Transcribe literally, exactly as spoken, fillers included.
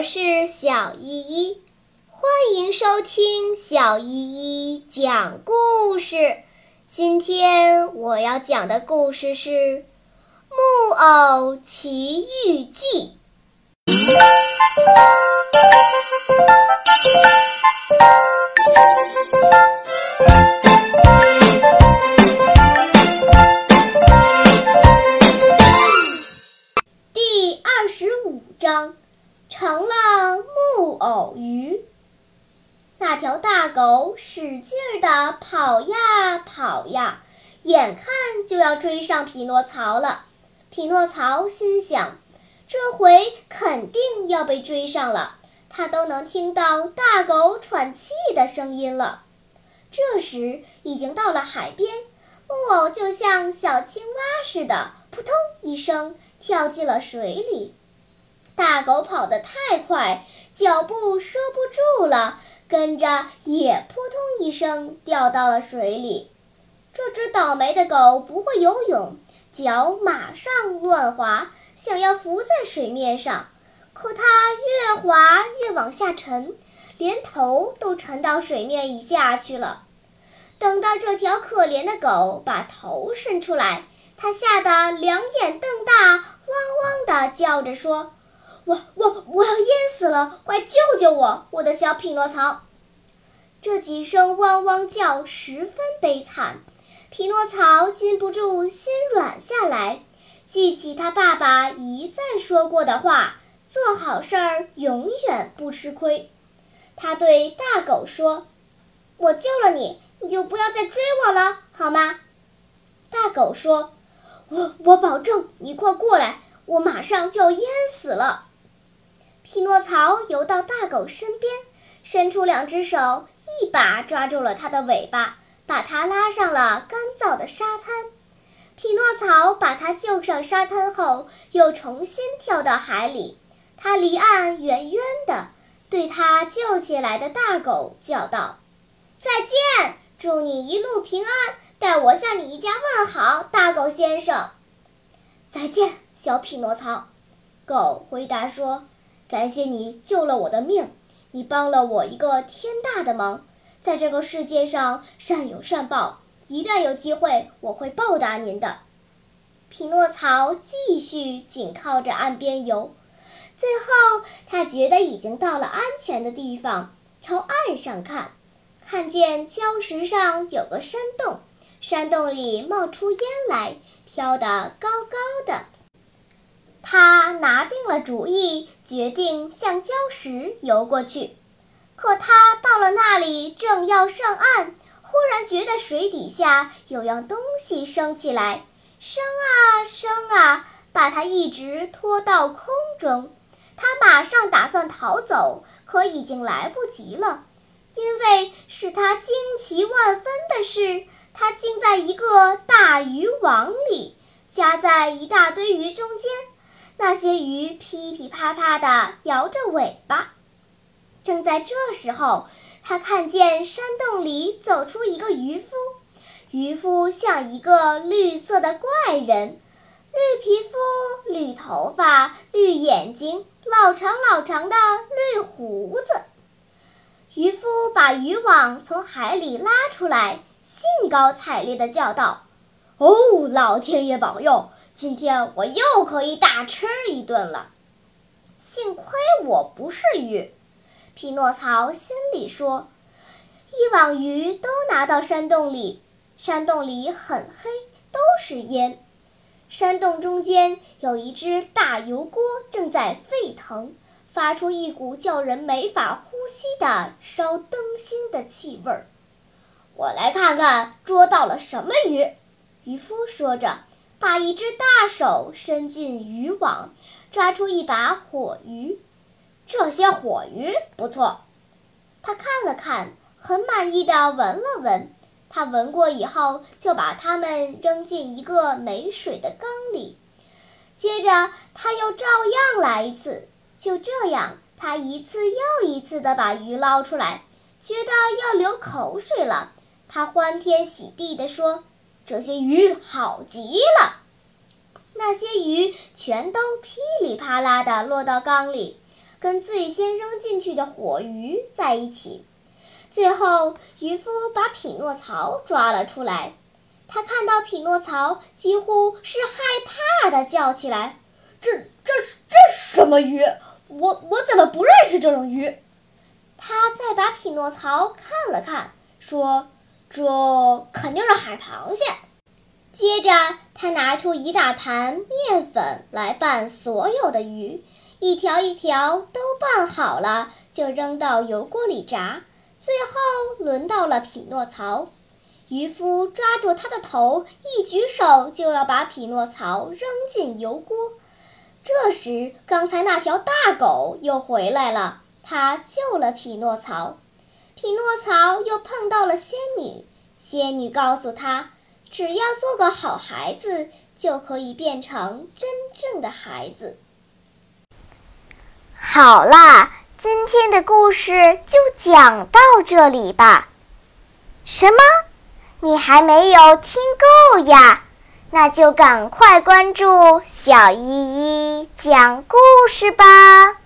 我是小依依，欢迎收听小依依讲故事。今天我要讲的故事是《木偶奇遇记》。第二十五章，成了木偶鱼。那条大狗使劲地跑呀跑呀，眼看就要追上匹诺曹了。匹诺曹心想，这回肯定要被追上了，他都能听到大狗喘气的声音了。这时已经到了海边，木偶就像小青蛙似的，扑通一声跳进了水里。大狗跑得太快，脚步收不住了，跟着也扑通一声掉到了水里。这只倒霉的狗不会游泳，脚马上乱滑，想要浮在水面上，可它越滑越往下沉，连头都沉到水面以下去了。等到这条可怜的狗把头伸出来，它吓得两眼瞪大，汪汪地叫着说，我我我要淹死了，快救救我，我的小匹诺曹！这几声汪汪叫十分悲惨，匹诺曹禁不住心软下来，记起他爸爸一再说过的话，做好事儿永远不吃亏。他对大狗说，我救了你，你就不要再追我了，好吗？大狗说，我我保证，你快过来，我马上就要淹死了。匹诺曹游到大狗身边，伸出两只手，一把抓住了它的尾巴，把它拉上了干燥的沙滩。匹诺曹把它救上沙滩后，又重新跳到海里。他离岸远远的，对他救起来的大狗叫道，再见，祝你一路平安，代我向你一家问好，大狗先生。再见，小匹诺曹。狗回答说，感谢你救了我的命，你帮了我一个天大的忙，在这个世界上善有善报，一旦有机会我会报答您的。匹诺曹继续紧靠着岸边游，最后他觉得已经到了安全的地方，朝岸上看，看见礁石上有个山洞，山洞里冒出烟来，飘得高高的。他拿定了主意，决定向礁石游过去。可他到了那里，正要上岸，忽然觉得水底下有样东西升起来，升啊升啊，把他一直拖到空中。他马上打算逃走，可已经来不及了，因为使他惊奇万分的是，他竟在一个大渔网里，夹在一大堆鱼中间。那些鱼噼噼啪啪地摇着尾巴。正在这时候，他看见山洞里走出一个渔夫，渔夫像一个绿色的怪人，绿皮肤、绿头发、绿眼睛，老长老长的绿胡子。渔夫把渔网从海里拉出来，兴高采烈地叫道，哦，老天爷保佑，今天我又可以大吃一顿了。幸亏我不是鱼，匹诺曹心里说。一网鱼都拿到山洞里，山洞里很黑，都是烟。山洞中间有一只大油锅正在沸腾，发出一股叫人没法呼吸的烧灯芯的气味儿。我来看看捉到了什么鱼，渔夫说着，把一只大手伸进渔网，抓出一把火鱼。这些火鱼不错。他看了看，很满意地闻了闻。他闻过以后，就把它们扔进一个没水的缸里。接着他又照样来一次。就这样，他一次又一次地把鱼捞出来，觉得要流口水了。他欢天喜地地说，这些鱼好极了。那些鱼全都噼里啪啦地落到缸里， 跟最先扔进去的火鱼在一起。最后，渔夫把匹诺曹抓了出来。他看到匹诺曹，几乎是害怕地叫起来：“这、这、这什么鱼？我、我怎么不认识这种鱼？”他再把匹诺曹看了看，说：“这肯定是海螃蟹。”接着，他拿出一大盘面粉来拌所有的鱼，一条一条都拌好了，就扔到油锅里炸。最后轮到了匹诺曹，渔夫抓住他的头，一举手就要把匹诺曹扔进油锅。这时，刚才那条大狗又回来了，它救了匹诺曹。匹诺曹又碰到了仙女，仙女告诉他，只要做个好孩子，就可以变成真正的孩子。 好啦，今天的故事就讲到这里吧。什么？你还没有听够呀？那就赶快关注小依依讲故事吧。